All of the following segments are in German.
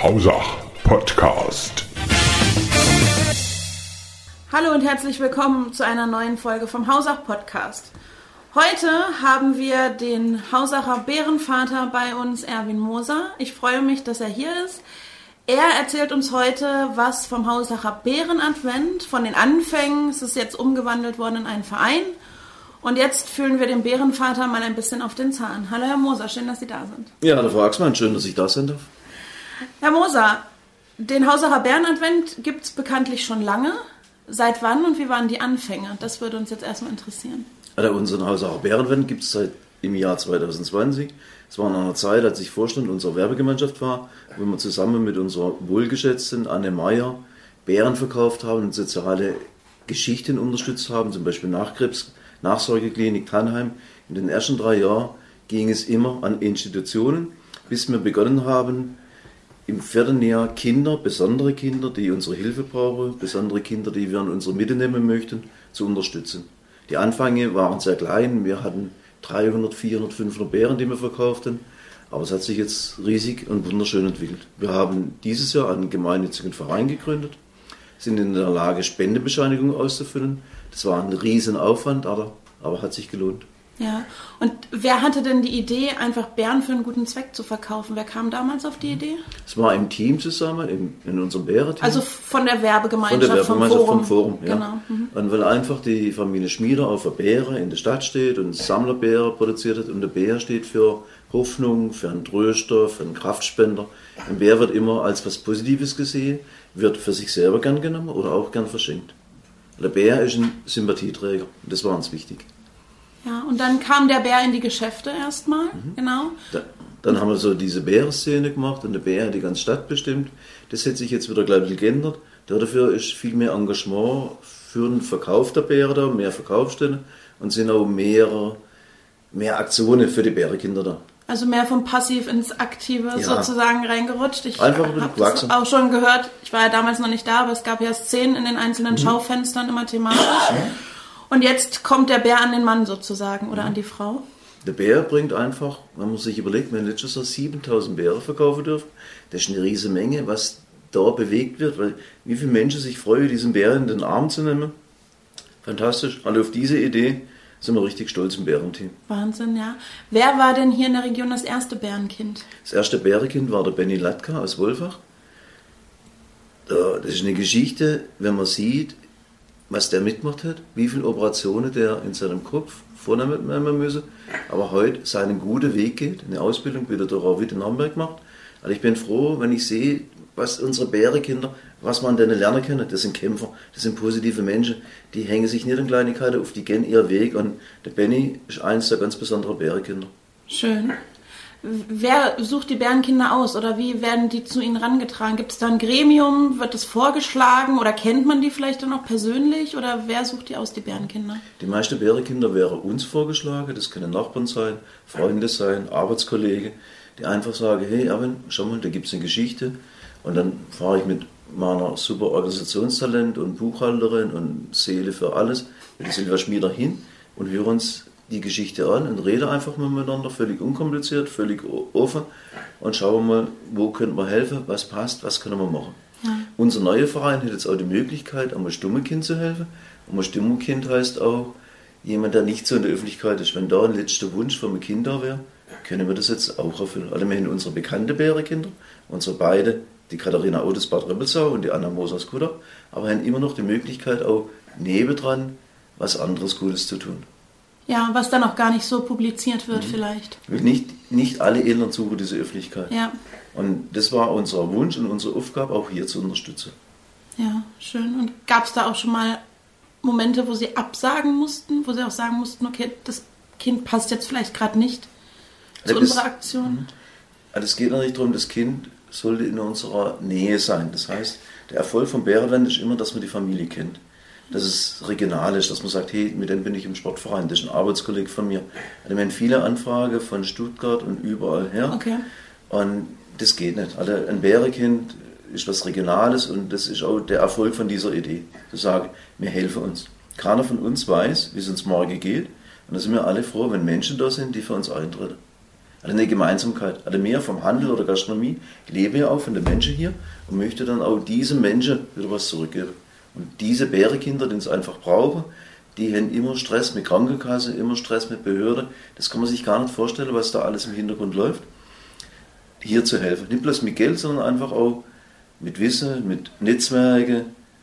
Hausach Podcast. Hallo und herzlich willkommen zu einer neuen Folge vom Hausach Podcast. Heute haben wir den Hausacher Bärenvater bei uns, Erwin Moser. Ich freue mich, dass er hier ist. Er erzählt uns heute was vom Hausacher Bärenadvent, von den Anfängen. Es ist jetzt umgewandelt worden in einen Verein. Und jetzt fühlen wir dem Bärenvater mal ein bisschen auf den Zahn. Hallo Herr Moser, schön, dass Sie da sind. Ja, hallo Frau Axmann, schön, dass ich da sein darf. Herr Moser, den Hausacher Bärenadvent gibt es bekanntlich schon lange. Seit wann und wie waren die Anfänge? Das würde uns jetzt erstmal interessieren. Also unseren Hausacher Bärenadvent gibt es seit im Jahr 2020. Es war in einer Zeit, als ich Vorstand unserer Werbegemeinschaft war, wo wir zusammen mit unserer wohlgeschätzten Anne Meyer Bären verkauft haben und soziale Geschichten unterstützt haben, zum Beispiel Nachkrebs, Nachsorgeklinik Tannheim. In den ersten 3 Jahren ging es immer an Institutionen, bis wir begonnen haben, im 4. Jahr Kinder, besondere Kinder, die unsere Hilfe brauchen, besondere Kinder, die wir in unsere Mitte nehmen möchten, zu unterstützen. Die Anfänge waren sehr klein, wir hatten 300, 400, 500 Bären, die wir verkauften, aber es hat sich jetzt riesig und wunderschön entwickelt. Wir haben dieses Jahr einen gemeinnützigen Verein gegründet, sind in der Lage, Spendebescheinigungen auszufüllen. Das war ein Riesenaufwand, aber hat sich gelohnt. Ja, und wer hatte denn die Idee, einfach Bären für einen guten Zweck zu verkaufen? Wer kam damals auf die Idee? Es war im Team zusammen, in unserem Bärenteam. Also von der Werbegemeinschaft, vom Forum. Ja. Genau. Und weil einfach die Familie Schmieder auf der Bäre in der Stadt steht und Sammlerbäre produziert hat und der Bär steht für Hoffnung, für einen Tröster, für einen Kraftspender. Ein Bär wird immer als was Positives gesehen, wird für sich selber gern genommen oder auch gern verschenkt. Der Bär ist ein Sympathieträger und das war uns wichtig. Ja, und dann kam der Bär in die Geschäfte erstmal, genau. Dann haben wir so diese Bärenszene gemacht und der Bär hat die ganze Stadt bestimmt. Das hat sich jetzt wieder gleich ein bisschen geändert. Dafür ist viel mehr Engagement für den Verkauf der Bären da, mehr Verkaufsstellen und sind auch mehr Aktionen für die Bärenkinder da. Also mehr vom Passiv ins Aktive sozusagen reingerutscht. Ich habe das auch schon gehört, ich war ja damals noch nicht da, aber es gab ja Szenen in den einzelnen Schaufenstern immer thematisch. Und jetzt kommt der Bär an den Mann sozusagen oder an die Frau? Der Bär bringt einfach, wenn man sich überlegt, wir haben letztes Jahr 7000 Bären verkaufen dürfen. Das ist eine riesige Menge, was da bewegt wird, weil wie viele Menschen sich freuen, diesen Bären in den Arm zu nehmen. Fantastisch. Alle auf diese Idee sind wir richtig stolz im Bärenteam. Wahnsinn, ja. Wer war denn hier in der Region das erste Bärenkind? Das erste Bärenkind war der Benny Latka aus Wolfach. Das ist eine Geschichte, wenn man sieht, was der mitgemacht hat, wie viele Operationen der in seinem Kopf vornehmen müsse, aber heute seinen guten Weg geht, eine Ausbildung wieder durch Ravit in Hamburg macht. Also ich bin froh, wenn ich sehe, was unsere Bärenkinder, was man an denen lernen kann. Das sind Kämpfer, das sind positive Menschen, die hängen sich nicht in Kleinigkeiten auf, die gehen ihren Weg und der Benny ist eines der ganz besonderen Bärenkinder. Schön. Wer sucht die Bärenkinder aus oder wie werden die zu ihnen herangetragen? Gibt es da ein Gremium? Wird das vorgeschlagen oder kennt man die vielleicht dann auch persönlich? Oder wer sucht die aus, die Bärenkinder? Die meisten Bärenkinder wären uns vorgeschlagen. Das können Nachbarn sein, Freunde sein, Arbeitskollegen, die einfach sagen, hey Erwin, schau mal, da gibt es eine Geschichte. Und dann fahre ich mit meiner super Organisationstalent und Buchhalterin und Seele für alles, mit der Silvia Schmieder hin und hören uns die Geschichte an und reden einfach mal miteinander, völlig unkompliziert, völlig offen und schauen mal, wo können wir helfen, was passt, was können wir machen. Ja. Unser neuer Verein hat jetzt auch die Möglichkeit, einem stummen Kind zu helfen. Und ein stummes Kind heißt auch jemand, der nicht so in der Öffentlichkeit ist. Wenn da ein letzter Wunsch von einem Kind da wäre, können wir das jetzt auch erfüllen. Also wir haben unsere bekannten Bärenkinder, unsere beide, die Katharina Otis Bad Röppelsau und die Anna Moser Skutter, aber haben immer noch die Möglichkeit, auch nebendran was anderes Gutes zu tun. Ja, was dann auch gar nicht so publiziert wird vielleicht. Nicht alle Eltern suchen diese Öffentlichkeit. Ja. Und das war unser Wunsch und unsere Aufgabe, auch hier zu unterstützen. Ja, schön. Und gab es da auch schon mal Momente, wo Sie absagen mussten, wo Sie auch sagen mussten, okay, das Kind passt jetzt vielleicht gerade nicht zu unserer Aktion? Es geht noch nicht darum, das Kind sollte in unserer Nähe sein. Das heißt, der Erfolg vom Bärenland ist immer, dass man die Familie kennt. Dass es regional ist, dass man sagt, hey, mit dem bin ich im Sportverein, das ist ein Arbeitskollege von mir. Also wir haben viele Anfragen von Stuttgart und überall her. Okay. Und das geht nicht. Also ein Bärenkind ist was Regionales und das ist auch der Erfolg von dieser Idee. Zu sagen, wir helfen uns. Keiner von uns weiß, wie es uns morgen geht. Und da sind wir alle froh, wenn Menschen da sind, die für uns eintreten. eine Gemeinsamkeit. Also mehr vom Handel oder Gastronomie lebe ja auch von den Menschen hier und möchte dann auch diesen Menschen wieder was zurückgeben. Und diese Bärenkinder, die es einfach brauchen, die haben immer Stress mit Krankenkasse, immer Stress mit Behörde. Das kann man sich gar nicht vorstellen, was da alles im Hintergrund läuft. Hier zu helfen. Nicht bloß mit Geld, sondern einfach auch mit Wissen, mit Netzwerken,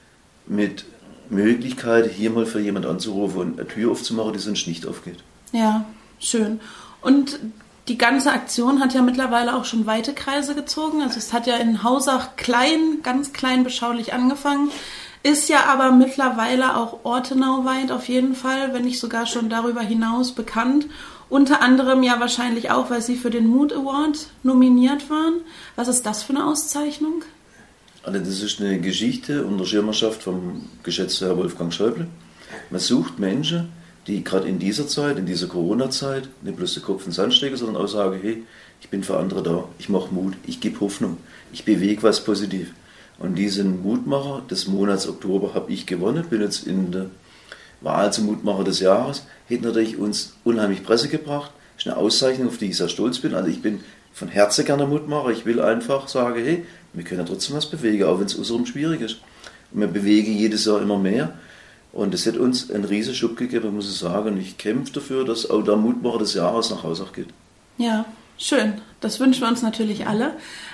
mit Möglichkeit, hier mal für jemanden anzurufen und eine Tür aufzumachen, die sonst nicht aufgeht. Ja, schön. Und die ganze Aktion hat ja mittlerweile auch schon weite Kreise gezogen. Also es hat ja in Hausach klein, ganz klein beschaulich angefangen, ist ja aber mittlerweile auch ortenauweit auf jeden Fall, wenn nicht sogar schon darüber hinaus bekannt. Unter anderem ja wahrscheinlich auch, weil Sie für den Mood Award nominiert waren. Was ist das für eine Auszeichnung? Also das ist eine Geschichte unter Schirmherrschaft vom geschätzten Herr Wolfgang Schäuble. Man sucht Menschen, die gerade in dieser Zeit, in dieser Corona-Zeit, nicht bloß den Kopf in den Sand stecken, sondern auch sagen, hey, ich bin für andere da, ich mache Mut, ich gebe Hoffnung, ich bewege was positiv. Und diesen Mutmacher des Monats Oktober habe ich gewonnen, bin jetzt in der Wahl zum Mutmacher des Jahres, hätte natürlich uns unheimlich Presse gebracht, das ist eine Auszeichnung, auf die ich sehr stolz bin. Also ich bin von Herzen gerne Mutmacher, ich will einfach sagen, hey, wir können ja trotzdem was bewegen, auch wenn es unserem schwierig ist. Und wir bewegen jedes Jahr immer mehr. Und es hat uns einen riesen Schub gegeben, muss ich sagen. Und ich kämpfe dafür, dass auch der Mutmacher des Jahres nach Hausach geht. Ja, schön. Das wünschen wir uns natürlich alle.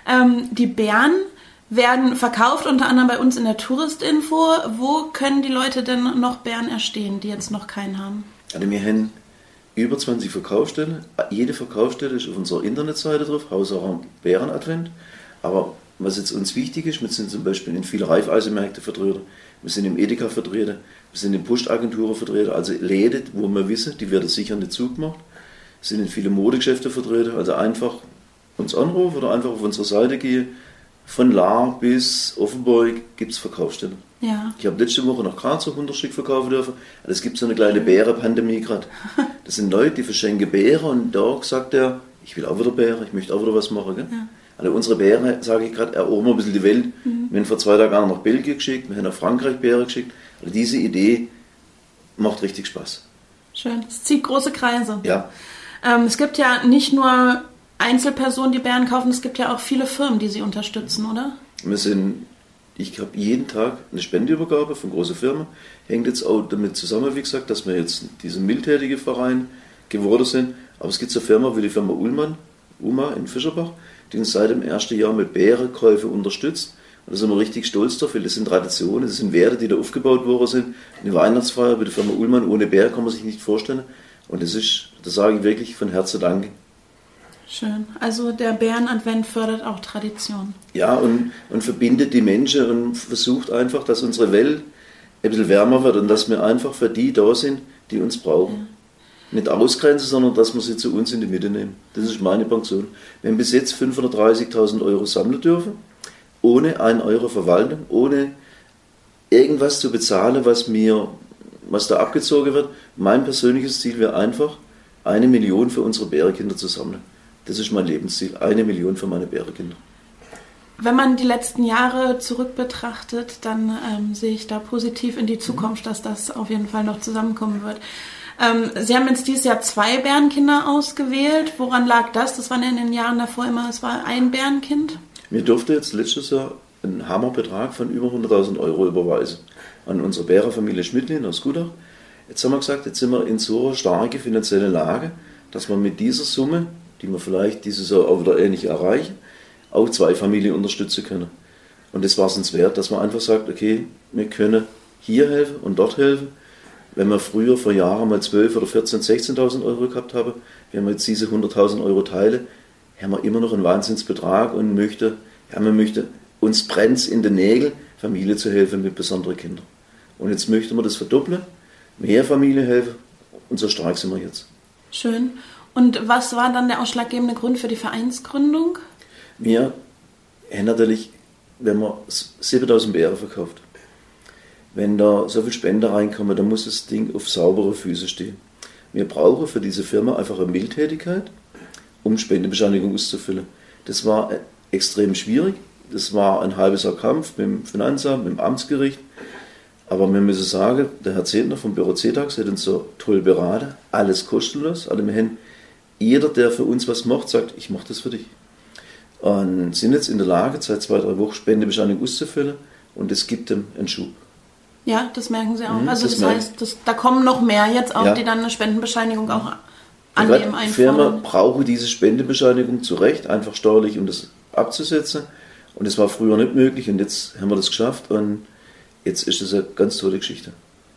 Die Bären werden verkauft, unter anderem bei uns in der Touristinfo. Wo können die Leute denn noch Bären erstehen, die jetzt noch keinen haben? Also wir haben über 20 Verkaufsstellen. Jede Verkaufsstelle ist auf unserer Internetseite drauf, Hausacher Bärenadvent. Aber was jetzt uns wichtig ist, wir sind zum Beispiel in vielen Reifeisenmärkten vertreten, wir sind im Edeka vertreten, wir sind in Postagenturen vertreten, also Läden, wo wir wissen, die werden sicher nicht zugemacht. Wir sind in viele Modegeschäfte vertreten, also einfach uns anrufen oder einfach auf unsere Seite gehen. Von Lahr bis Offenburg gibt es Verkaufsstellen. Ja. Ich habe letzte Woche nach Graz so 100 Stück verkaufen dürfen. Also es gibt so eine kleine Bärenpandemie gerade. Das sind Leute, die verschenken Bären und da sagt er, ich will auch wieder Bären, ich möchte auch wieder was machen. Gell? Ja. Also unsere Bären, sage ich gerade, erobern ein bisschen die Welt. Wir haben vor 2 Tagen auch nach Belgien geschickt, wir haben nach Frankreich Bären geschickt. Also diese Idee macht richtig Spaß. Schön, es zieht große Kreise. Ja. Es gibt ja nicht nur Einzelpersonen, die Bären kaufen, es gibt ja auch viele Firmen, die sie unterstützen, oder? Ich habe jeden Tag eine Spendeübergabe von großen Firmen. Hängt jetzt auch damit zusammen, wie gesagt, dass wir jetzt diesen mildtätigen Verein geworden sind. Aber es gibt so eine Firma wie die Firma UMA in Fischerbach, die uns seit dem ersten Jahr mit Bärenkäufe unterstützt. Und da sind wir richtig stolz drauf, weil das sind Traditionen, das sind Werte, die da aufgebaut worden sind. Eine Weihnachtsfeier bei der Firma Ullmann ohne Bär kann man sich nicht vorstellen. Und das sage ich wirklich von Herzen Danke. Schön. Also der Bärenadvent fördert auch Tradition. Ja, und verbindet die Menschen und versucht einfach, dass unsere Welt ein bisschen wärmer wird und dass wir einfach für die da sind, die uns brauchen. Ja. Nicht ausgrenzen, sondern dass wir sie zu uns in die Mitte nehmen. Das ist meine Pension. Wir haben bis jetzt 530.000 Euro sammeln dürfen, ohne 1 Euro Verwaltung, ohne irgendwas zu bezahlen, was da abgezogen wird. Mein persönliches Ziel wäre einfach, 1 Million für unsere Bärenkinder zu sammeln. Das ist mein Lebensziel, 1 Million für meine Bärenkinder. Wenn man die letzten Jahre zurück betrachtet, dann sehe ich da positiv in die Zukunft, dass das auf jeden Fall noch zusammenkommen wird. Sie haben jetzt dieses Jahr 2 Bärenkinder ausgewählt. Woran lag das? Das waren in den Jahren davor immer, es war ein Bärenkind. Mir durfte jetzt letztes Jahr einen Hammerbetrag von über 100.000 Euro überweisen an unsere Bärenfamilie Schmidtlin aus Gutach. Jetzt haben wir gesagt, jetzt sind wir in so einer starken finanziellen Lage, dass wir mit dieser Summe, die wir vielleicht dieses Jahr auch wieder ähnlich erreichen, auch 2 Familien unterstützen können. Und das war es uns wert, dass man einfach sagt, okay, wir können hier helfen und dort helfen. Wenn wir früher vor Jahren mal 12.000 oder 14.000, 16.000 Euro gehabt haben, wenn wir jetzt diese 100.000 Euro teilen, haben wir immer noch einen Wahnsinnsbetrag und man möchte uns brennt in den Nägeln, Familie zu helfen mit besonderen Kindern. Und jetzt möchten wir das verdoppeln, mehr Familie helfen und so stark sind wir jetzt. Schön. Und was war dann der ausschlaggebende Grund für die Vereinsgründung? Wir haben natürlich, wenn man 7.000 Bären verkauft, wenn da so viel Spender reinkommen, dann muss das Ding auf saubere Füße stehen. Wir brauchen für diese Firma einfach eine Mildtätigkeit, um Spendenbescheinigung auszufüllen. Das war extrem schwierig. Das war ein halbes Jahr Kampf mit dem Finanzamt, mit dem Amtsgericht. Aber wir müssen sagen, der Herr Zehntner vom Büro CETAX hat uns so toll beraten. Alles kostenlos. Also wir haben jeder, der für uns was macht, sagt, ich mache das für dich. Und sind jetzt in der Lage, seit 2-3 Wochen Spendebescheinigung auszufüllen und es gibt dem einen Schub. Ja, das merken Sie auch. Also das heißt, da kommen noch mehr jetzt auch, die dann eine Spendenbescheinigung auch annehmen, einfordern. Die Firma brauche diese Spendenbescheinigung zu Recht, einfach steuerlich, um das abzusetzen. Und das war früher nicht möglich und jetzt haben wir das geschafft und jetzt ist das eine ganz tolle Geschichte.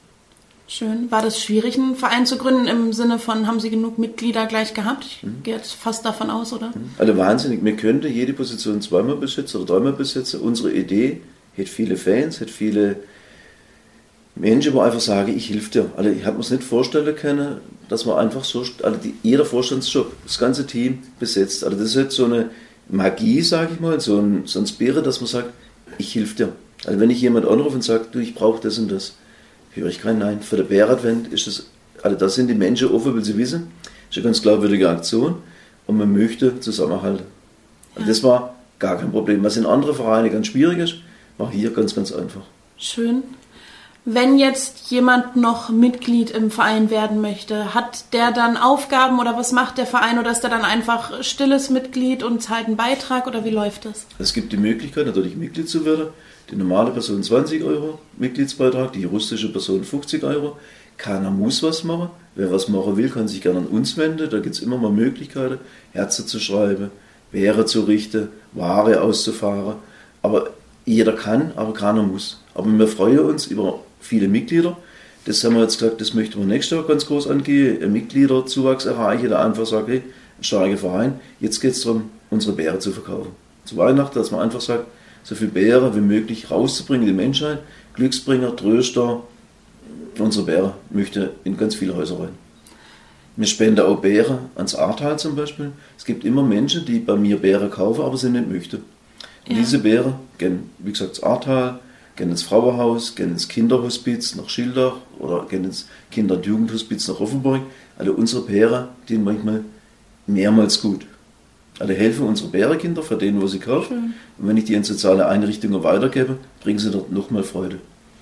Schön. War das schwierig, einen Verein zu gründen im Sinne von, haben Sie genug Mitglieder gleich gehabt? Ich gehe jetzt fast davon aus, oder? Also wahnsinnig. Wir könnten jede Position 2-mal besetzen oder 3-mal besetzen. Unsere Idee hat viele Fans, hat viele Menschen, die einfach sagen, ich helfe dir. Also ich habe mir es nicht vorstellen können, dass man einfach so, jeder Vorstandsjob, das ganze Team besetzt. Also das ist jetzt so eine Magie, sage ich mal, so ein Spirit, dass man sagt, ich helfe dir. Also wenn ich jemand anrufe und sage, du, ich brauche das und das, höre ich kein Nein. Für den Bärenadvent ist das, also da sind die Menschen offen, weil sie wissen, das ist eine ganz glaubwürdige Aktion und man möchte zusammenhalten. Also das war gar kein Problem. Was in anderen Vereinen ganz schwierig ist, war hier ganz, ganz einfach. Schön. Wenn jetzt jemand noch Mitglied im Verein werden möchte, hat der dann Aufgaben oder was macht der Verein oder ist der dann einfach stilles Mitglied und zahlt einen Beitrag oder wie läuft das? Es gibt die Möglichkeit, natürlich Mitglied zu werden. Die normale Person 20 Euro Mitgliedsbeitrag, die juristische Person 50 Euro. Keiner muss was machen. Wer was machen will, kann sich gerne an uns wenden. Da gibt es immer mal Möglichkeiten, Herzen zu schreiben, Beere zu richten, Ware auszufahren. Aber jeder kann, aber keiner muss. Aber wir freuen uns über viele Mitglieder. Das haben wir jetzt gesagt, das möchten wir nächstes Jahr ganz groß angehen. Ein Mitgliederzuwachs erreichen, der einfach sagt, hey, ein starker Verein, jetzt geht es darum, unsere Beere zu verkaufen. Zu Weihnachten, dass man einfach sagt, so viel Beere wie möglich rauszubringen in die Menschheit. Glücksbringer, Tröster, unsere Beere möchte in ganz viele Häuser rein. Wir spenden auch Beere ans Ahrtal zum Beispiel. Es gibt immer Menschen, die bei mir Beere kaufen, aber sie nicht möchten. Und diese Beere gehen, wie gesagt, ins Ahrtal, gehen ins Frauenhaus, gehen ins Kinderhospiz nach Schildach oder gehen ins Kinder- und Jugendhospiz nach Offenburg. Also unsere Beere, die manchmal mehrmals gut. Also helfen unsere Bärenkinder für denen, wo sie kaufen. Schön. Und wenn ich die in soziale Einrichtungen weitergebe, bringen sie dort nochmal Freude.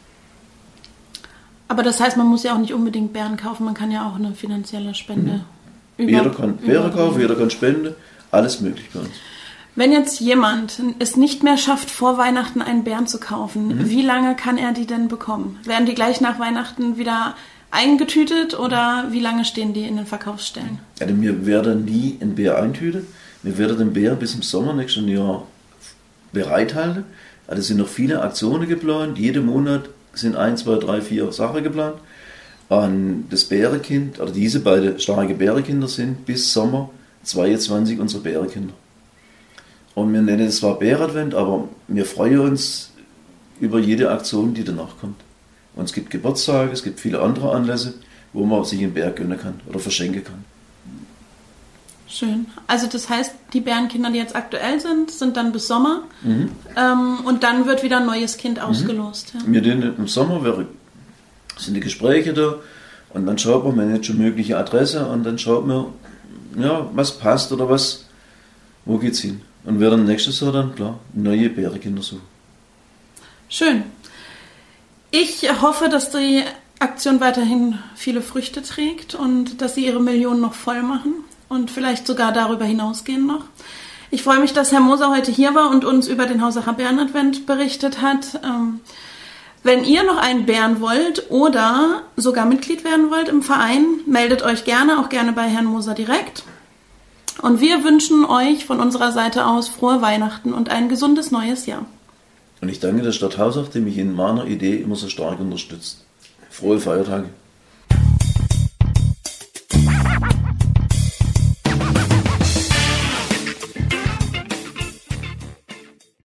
Aber das heißt, man muss ja auch nicht unbedingt Bären kaufen, man kann ja auch eine finanzielle Spende jeder kann Beere kaufen, jeder kann spenden, alles möglich bei uns. Wenn jetzt jemand es nicht mehr schafft, vor Weihnachten einen Bären zu kaufen, wie lange kann er die denn bekommen? Werden die gleich nach Weihnachten wieder eingetütet oder wie lange stehen die in den Verkaufsstellen? Also wir werden nie einen Bär eintüten. Wir werden den Bär bis im Sommer nächsten Jahr bereithalten. Also es sind noch viele Aktionen geplant. Jeden Monat sind 1, 2, 3, 4 Sachen geplant. Und das Bärenkind, oder diese beiden starke Bärenkinder sind bis Sommer 22 unsere Bärenkinder. Und wir nennen es zwar Bärenadvent, aber wir freuen uns über jede Aktion, die danach kommt. Und es gibt Geburtstage, es gibt viele andere Anlässe, wo man sich einen Bär gönnen kann oder verschenken kann. Schön. Also das heißt, die Bärenkinder, die jetzt aktuell sind, sind dann bis Sommer und dann wird wieder ein neues Kind ausgelost. Ja. Wir im Sommer sind die Gespräche da und dann schaut man, man hat schon mögliche Adresse und dann schaut man, ja, was passt oder was, wo geht's hin. Und wir dann nächstes Jahr dann, klar, neue Bärenkinder suchen. Schön. Ich hoffe, dass die Aktion weiterhin viele Früchte trägt und dass Sie Ihre Millionen noch voll machen. Und vielleicht sogar darüber hinausgehen noch. Ich freue mich, dass Herr Moser heute hier war und uns über den Hausacher Bärenadvent berichtet hat. Wenn ihr noch einen Bären wollt oder sogar Mitglied werden wollt im Verein, meldet euch gerne, auch gerne bei Herrn Moser direkt. Und wir wünschen euch von unserer Seite aus frohe Weihnachten und ein gesundes neues Jahr. Und ich danke der Stadt Hausach, die mich in meiner Idee immer so stark unterstützt. Frohe Feiertage.